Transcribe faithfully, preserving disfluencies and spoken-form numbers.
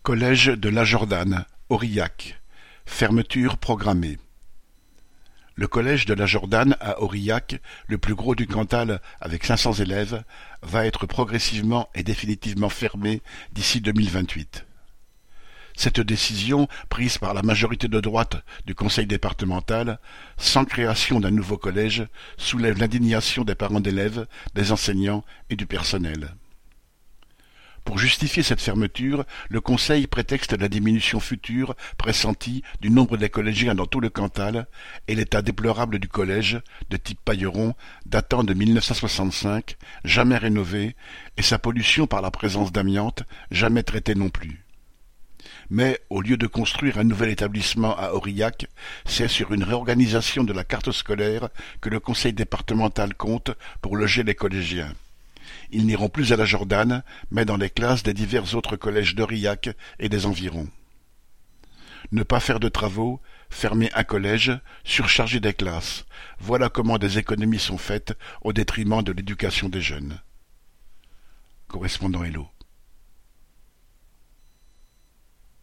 Collège de la Jordane, Aurillac. Fermeture programmée. Le collège de la Jordane à Aurillac, le plus gros du Cantal avec cinq cents élèves, va être progressivement et définitivement fermé d'ici deux mille vingt-huit. Cette décision, prise par la majorité de droite du conseil départemental, sans création d'un nouveau collège, soulève l'indignation des parents d'élèves, des enseignants et du personnel. Pour justifier cette fermeture, le Conseil prétexte la diminution future, pressentie, du nombre des collégiens dans tout le Cantal et l'état déplorable du collège, de type Pailleron, datant de mille neuf cent soixante-cinq, jamais rénové, et sa pollution par la présence d'amiante, jamais traitée non plus. Mais, au lieu de construire un nouvel établissement à Aurillac, c'est sur une réorganisation de la carte scolaire que le Conseil départemental compte pour loger les collégiens. Ils n'iront plus à la Jordane, mais dans les classes des divers autres collèges d'Aurillac et des environs. Ne pas faire de travaux, fermer un collège, surcharger des classes, voilà comment des économies sont faites au détriment de l'éducation des jeunes. Correspondant Hello.